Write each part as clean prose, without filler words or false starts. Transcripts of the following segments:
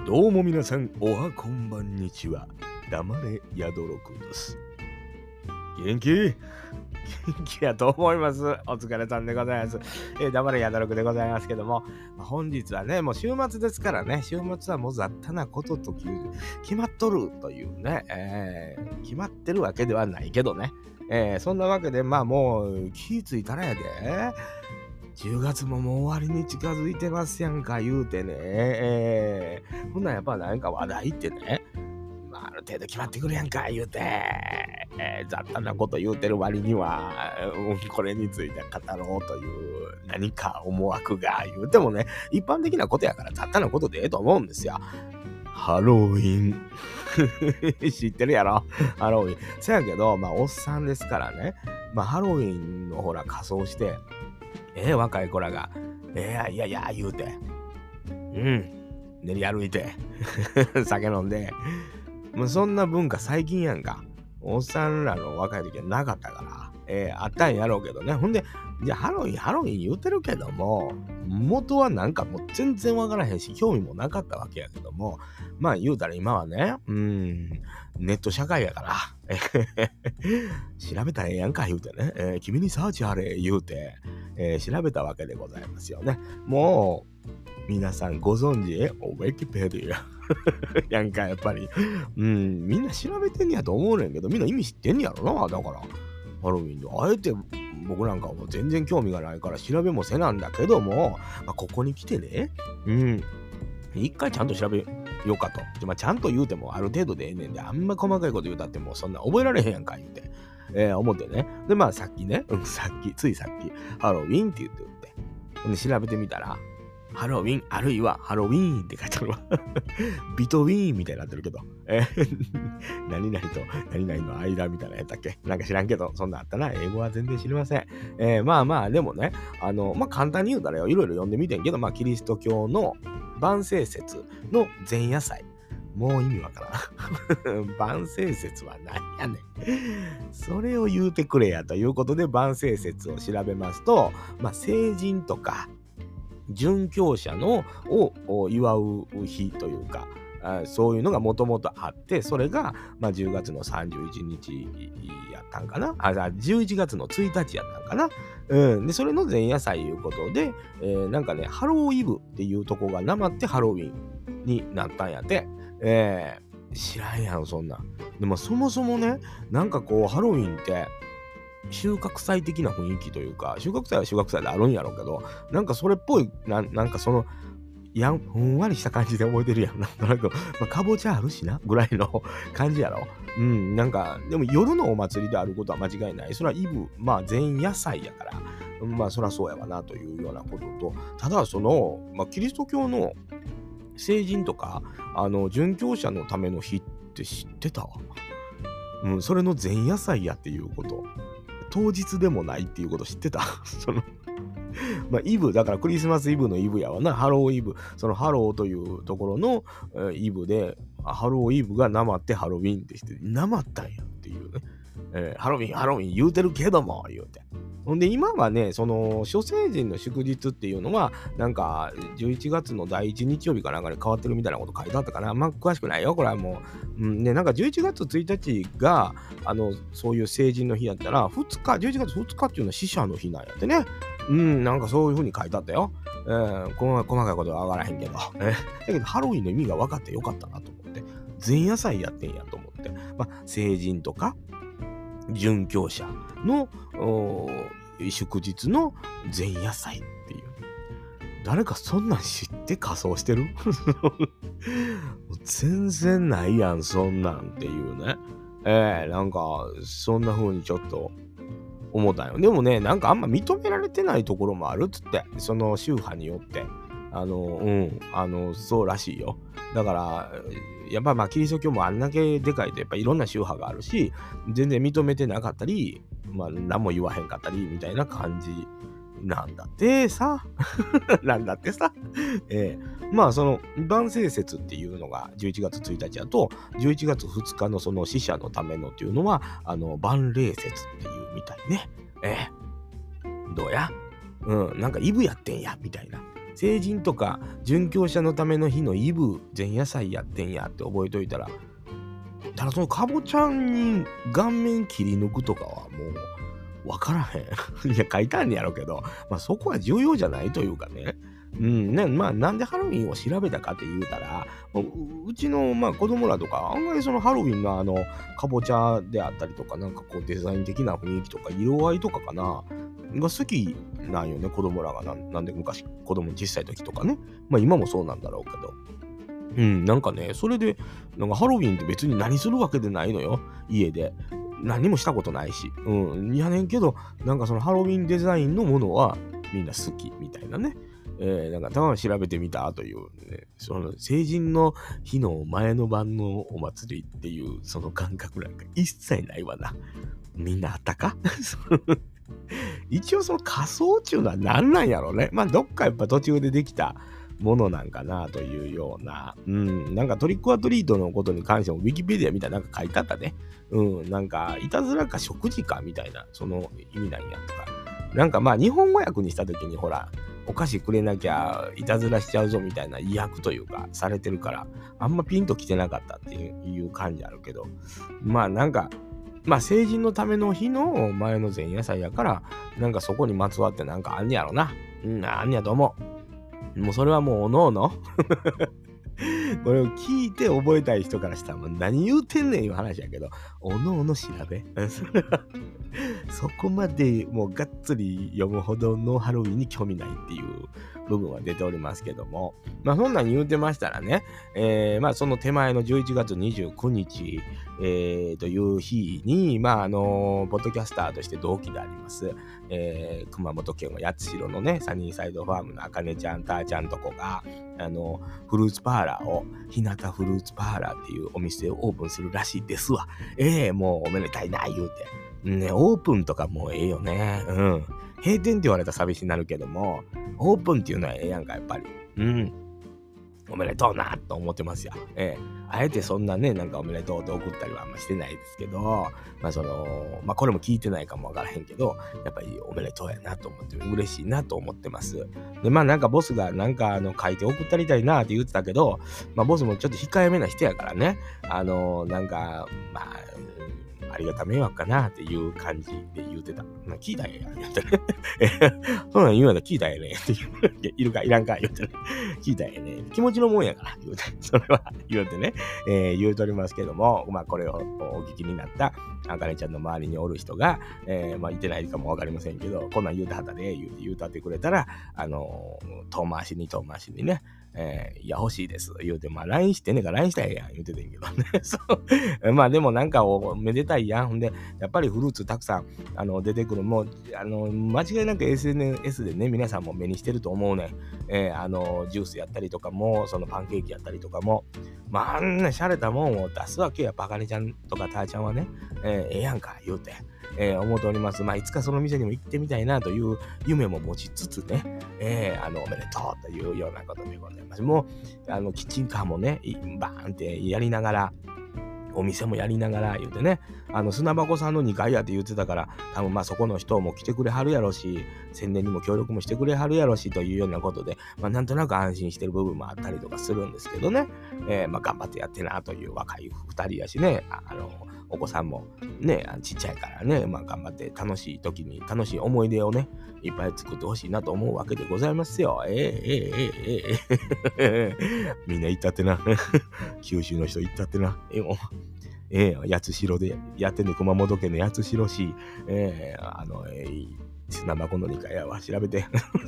どうも皆さん、おはこんばんにちは。黙れやどろくんです。元気やと思います。お疲れさんでございます。黙れやどろくでございますけども、本日はね、もう週末ですからね、週末はもう雑多なことと決まっとるというね、決まってるわけではないけどね。そんなわけで、もう気ぃついたらやで。10月ももう終わりに近づいてますやんか言うてね。ほんならやっぱなんか話題ってね、ある程度決まってくるやんか言うて、雑多なこと言うてる割には、これについて語ろうという何か思惑が言うてもね、一般的なことやから雑多なことでええと思うんですよ。ハロウィン知ってるやろハロウィン。そやけど、おっさんですからね、ハロウィンのほら仮装して若い子らがいや言うて練り歩いて酒飲んで、もうそんな文化最近やんか。おっさんらの若い時はなかったから、あったんやろうけどね。ほんでじゃあハロウィン言うてるけども、元はなんかもう全然わからへんし興味もなかったわけやけども、言うたら今はねネット社会やから調べたらええやんか言うてね、君にサーチあれ言うて、調べたわけでございますよね。もう皆さんご存知ウィキペディアやんかやっぱりみんな調べてんやと思うねんけど、みんな意味知ってんやろな。だからハロウィンであえて僕なんかも全然興味がないから調べもせなんだけども、ここに来てね一回ちゃんと調べようかと。ちゃんと言うてもある程度でええねんで、あんま細かいこと言うたってもうそんな覚えられへんやんか言うて、思ってね。でさっきね、ついさっきハロウィンって言ってで調べてみたら、ハロウィンあるいはハロウィーンって書いてあるわビトウィーンみたいになってるけど、何々と何々の間みたいなやったっけ、なんか知らんけど、そんなあったな。英語は全然知りません。でもね、簡単に言うたらよ、いろいろ読んでみてんけど、キリスト教の万世節の前夜祭、もう意味わからん万世節は何やねんそれを言うてくれやということで、万世節を調べますと、成人とか殉教者のを祝う日というか、そういうのがもともとあって、それが、10月の31日やったんかな、11月の1日やったんかな、でそれの前夜祭いうことで、なんかねハローイブっていうとこがなまってハロウィンになったんやって、知らんやろそんな。でもそもそもね、なんかこうハロウィンって収穫祭的な雰囲気というか、収穫祭は収穫祭であるんやろうけど、なんかそれっぽい、なんかそのふんわりした感じで覚えてるやん。なんとなく、かぼちゃあるしなぐらいの感じやろ。なんかでも夜のお祭りであることは間違いない。それはイブ、前夜祭やから、そりゃそうやわなというようなことと、ただその、キリスト教の成人とか殉教者のための日って知ってた？それの前夜祭やっていうこと、当日でもないっていうこと知ってた？そのイブだからクリスマスイブのイブやわな。ハローイブ、そのハローというところの、イブで、ハローイブがなまってハロウィンってしてなまったんやっていうね、ハロウィン言うてるけども言うて、ほんで今はね、その諸聖人の祝日っていうのはなんか11月の第1日曜日かなんかで変わってるみたいなこと書いてあったかな。詳しくないよこれはもう、なんか11月1日がそういう成人の日やったら11月2日っていうのは死者の日なんやってね。なんかそういう風に書いてあったよ。細かいことはわからへんけど、だけどハロウィンの意味が分かってよかったなと思って、前夜祭やってんやと思って、成人とか殉教者の祝日の前夜祭っていう、誰かそんなん知って仮装してる？全然ないやんそんなんっていうね。なんかそんな風にちょっと思ったよ。でもね、なんかあんま認められてないところもあるっつって、その宗派によってそうらしいよ。だからやっぱキリスト教もあんだけでかいとやっぱいろんな宗派があるし、全然認めてなかったり、何も言わへんかったりみたいな感じなんだってさなんだってさその万世節っていうのが11月1日だと、11月2日のその死者のためのっていうのは万霊節っていうみたいね。どうやなんかイブやってんやみたいな成人とか殉教者のための日のイブ前夜祭やってんやって覚えといたら、ただそのかぼちゃんに顔面切り抜くとかはもう分からへん。いや書いたんやろうけど、まあそこは重要じゃないというかね。まあなんでハロウィンを調べたかって言うたら、うちのまあ子供らとか案外そのハロウィンのかぼちゃであったりとか、なんかこうデザイン的な雰囲気とか色合いとかかなが好きなんよね、子供らが。なんで昔子供小さい時とかね、まあ今もそうなんだろうけど、なんかね、それでなんかハロウィンって別に何するわけでないのよ、家で。何もしたことないし。やねんけど、なんかそのハロウィンデザインのものはみんな好きみたいなね。なんかたまに調べてみたというね、その成人の日の前の晩のお祭りっていうその感覚なんか一切ないわな。みんなあったか一応その仮装っていうのは何なんやろうね。まあどっかやっぱ途中でできたものなんかなというような、なんかトリックアトリートのことに関してもウィキペディアみたいななんか書いてあったね。なんかいたずらか食事かみたいなその意味なんやとか。なんかまあ日本語訳にした時にほら、お菓子くれなきゃいたずらしちゃうぞみたいな意訳というかされてるから、あんまピンときてなかったっていう感じあるけど、まあなんか、まあ成人のための日の前の前夜祭やから、なんかそこにまつわってなんかあんねやろな。あんねやと思う。もうそれはもうおのおのこれを聞いて覚えたい人からしたらもう何言うてんねんいう話やけど、おのおの調べそこまでもうがっつり読むほどのハロウィンに興味ないっていう部分は出ておりますけども、まあそんなん言うてましたらね、まあその手前の11月29日、という日に、まあポッドキャスターとして同期であります、熊本県は八代のね、サニーサイドファームのあかねちゃん、たーちゃんとこが、フルーツパーラーを、日向フルーツパーラーっていうお店をオープンするらしいですわ。もうおめでたいな、言うて。ね、オープンとかもうええよね。閉店って言われたら寂しになるけども、オープンっていうのはええやんか、やっぱり。おめでとうなと思ってますよ。あえてそんなね、なんかおめでとうって送ったりはあんましてないですけど、まあこれも聞いてないかもわからへんけど、やっぱりおめでとうやなと思って嬉しいなと思ってます。で、まあなんかボスがなんか書いて送ったりたいなって言ってたけど、まあボスもちょっと控えめな人やからね、なんか、まあ、ありがた迷惑かなっていう感じで言うてた。聞いたらええやん、言うてね。そんなん言うやったら聞いたらええねんって言う。いるかいらんか言うてね。聞いたらええねん。気持ちのもんやから、言うて。それは言うてね。言うとりますけども、まあこれをお聞きになったあかねちゃんの周りにおる人が、まあいてないかもわかりませんけど、こんなん言うてはったで、言うたってくれたら、遠回しにね、いや欲しいです言うて、まあ LINE してねえから LINE したらええやん言うててんけどね。そうまあでもなんかおめでたいやん。ほんでやっぱりフルーツたくさん出てくる。もう間違いなく SNS でね皆さんも目にしてると思うね。ジュースやったりとかも、そのパンケーキやったりとかも、まああんな洒落たもんを出すわけや。バカネちゃんとかターちゃんはね、ええやんか言うて。思っております。まあ、いつかその店にも行ってみたいなという夢も持ちつつね、おめでとうというようなことでございます。もう、キッチンカーもね、バーンってやりながら、お店もやりながら言うてね、砂箱さんの2階やって言ってたから、多分まあそこの人も来てくれはるやろし、宣伝にも協力もしてくれはるやろしというようなことで、まあなんとなく安心してる部分もあったりとかするんですけどね、まあ頑張ってやってなという若い2人やしね、お子さんもね、ちっちゃいからね、まあ頑張って楽しい時に楽しい思い出をね、いっぱい作ってほしいなと思うわけでございますよ。みんな行ったってな。九州の人行ったってな。八代でやってんね、熊本県の八代市、砂箱の2階やわ、調べて。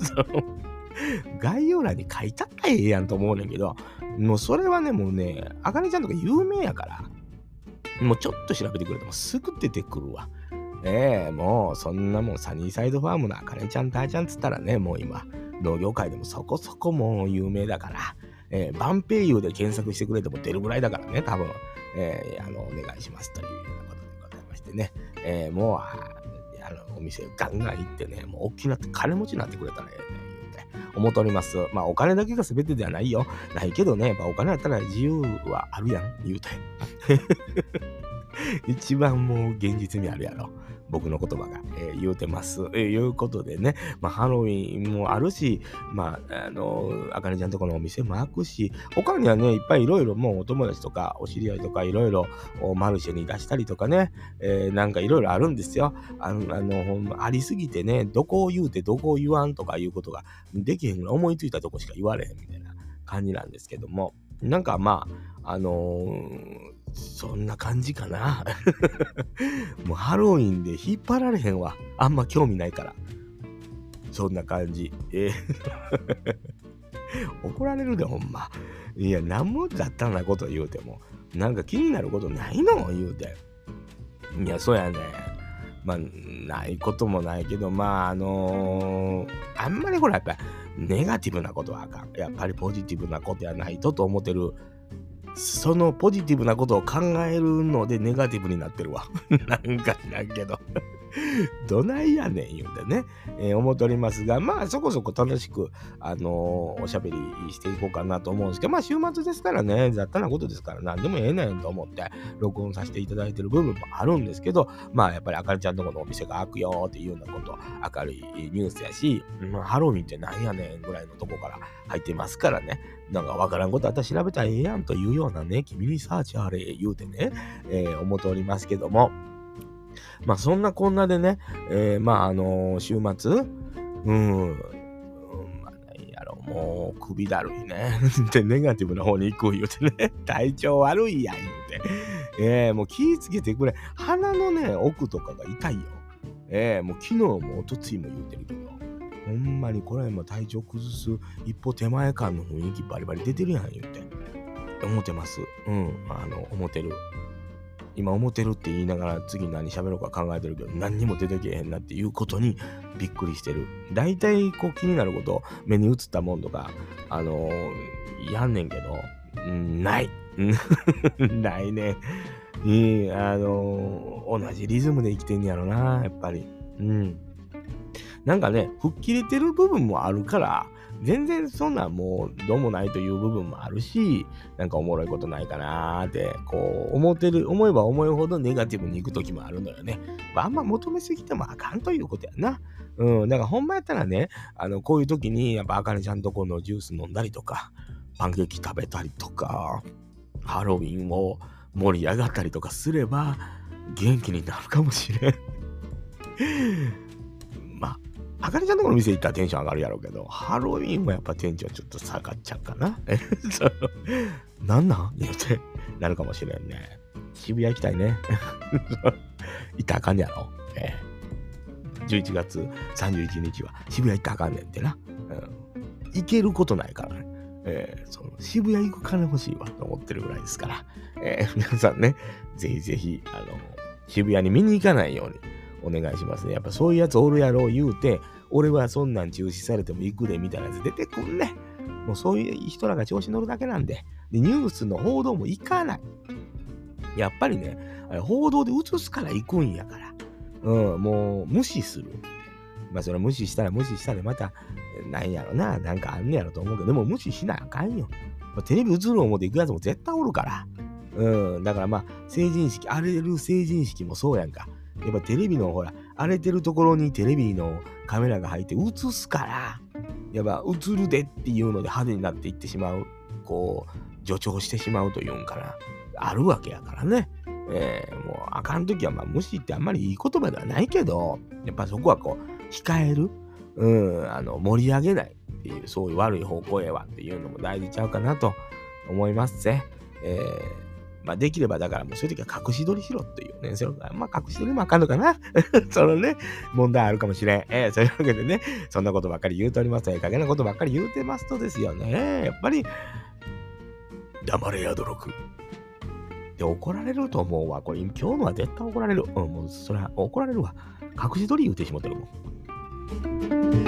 概要欄に書いたったらええやんと思うねんけど、もうそれはね、もうね、あかねちゃんとか有名やから、もうちょっと調べてくれてもすぐ出てくるわ。もうそんなもんサニーサイドファームのあかねちゃんたーちゃんつったらね、もう今農業界でもそこそこもう有名だから、バンペイユで検索してくれても出るぐらいだからね、多分、お願いしますというようなことでございましてね、もうお店ガンガン行ってね、もう大きなって金持ちになってくれたら思っております。まあお金だけが全てではないよ。ないけどね、やっぱお金あったら自由はあるやん、言うて。一番もう現実味あるやろ。 僕の言葉が、言うてます。いうことでね、まあ、ハロウィンもあるし、まあ、あかねちゃんとこのお店も開くし、他にはね、いっぱいいろいろもうお友達とか、お知り合いとかいろいろマルシェに出したりとかね、なんかいろいろあるんですよ。ほんまありすぎてね、どこを言うてどこを言わんとかいうことができへんぐらい思いついたとこしか言われへんみたいな感じなんですけども、なんかまあ、そんな感じかな。もうハロウィンで引っ張られへんわ。あんま興味ないから。そんな感じ。怒られるでほんま。いや、なんも雑多なこと言うても、なんか気になることないの言うて。いや、そうやね。まあ、ないこともないけど、まあ、あんまりほら、やっぱネガティブなことはあかん。やっぱりポジティブなことやないと思ってる。そのポジティブなことを考えるのでネガティブになってるわ。なんか知らんけど。どないやねん言うてね、思っておりますが、まあそこそこ楽しく、おしゃべりしていこうかなと思うんですけど、まあ週末ですからね、雑多なことですから何でもええねんと思って録音させていただいてる部分もあるんですけど、まあやっぱりあかねちゃんとこのお店が開くよっていうようなこと、明るいニュースやし、まあ、ハロウィンってなんやねんぐらいのとこから入ってますからね、なんかわからんことあったら調べたらええやんというようなね、君にサーチあれ言うてね、思っておりますけども、まあそんなこんなでね、まあ週末、まあ何やろ、もう首だるいね。で、ネガティブな方に行く言うてね、体調悪いやん言うて。もう気ぃつけてくれ。鼻のね、奥とかが痛いよ。もう昨日も一昨日も言うてるけど、ほんまにこれはもう体調崩す一歩手前感の雰囲気バリバリ出てるやん言うて。思ってます。思ってる。今思ってるって言いながら次何喋ろうか考えてるけど何にも出てけへんなっていうことにびっくりしてる。大体こう気になること目に映ったもんとかやんねんけど、ないないね。同じリズムで生きてんやろなやっぱり。なんかね吹っ切れてる部分もあるから全然そんなもうどうもないという部分もあるし、なんかおもろいことないかなーってこう思えば思うほどネガティブに行く時もあるのよね。あんま求めすぎてもあかんということやな。だからほんまやったらね、こういう時にやっぱあかねちゃんとこのジュース飲んだりとか、パンケーキ食べたりとか、ハロウィンを盛り上がったりとかすれば元気になるかもしれん。まああかねちゃんのところの店行ったらテンション上がるやろうけど、ハロウィンはやっぱテンションちょっと下がっちゃうかな。なん言うてなるかもしれんね。渋谷行きたいね。行ったらあかんねやろ。11月31日は渋谷行ったらあかんねんってな。行けることないからね。その渋谷行く金欲しいわと思ってるぐらいですから。皆さんね、ぜひぜひ、渋谷に見に行かないように。お願いしますね。やっぱそういうやつおるやろう言うて、俺はそんなん中止されても行くでみたいなやつ出てくんね。もうそういう人らが調子乗るだけなんで。で、ニュースの報道も行かない。やっぱりね、報道で映すから行くんやから。もう無視する。まあそれ無視したらまた、なんやろな、なんかあんねやろと思うけど、でも無視しなあかんよ。テレビ映る思って行くやつも絶対おるから。だからまあ、成人式、荒れる成人式もそうやんか。やっぱテレビのほら荒れてるところにテレビのカメラが入って映すからやっぱ映るでっていうので派手になっていってしまうこう助長してしまうというんかなあるわけやからね、もうあかんときはまあ無視ってあんまりいい言葉ではないけどやっぱそこはこう控える盛り上げないっていうそういう悪い方向へはっていうのも大事ちゃうかなと思いますぜ。まあできればだからもうそういう時は隠し撮りしろっていうね。まあ隠し撮りもあかんのかなそのね、問題あるかもしれん。そういうわけでね、そんなことばっかり言うております。加減なことばっかり言うてますとですよね。やっぱり、黙れやどろく。で、怒られると思うわ。これ今日のは絶対怒られる。もうそれは怒られるわ。隠し撮り言うてしもてるもん。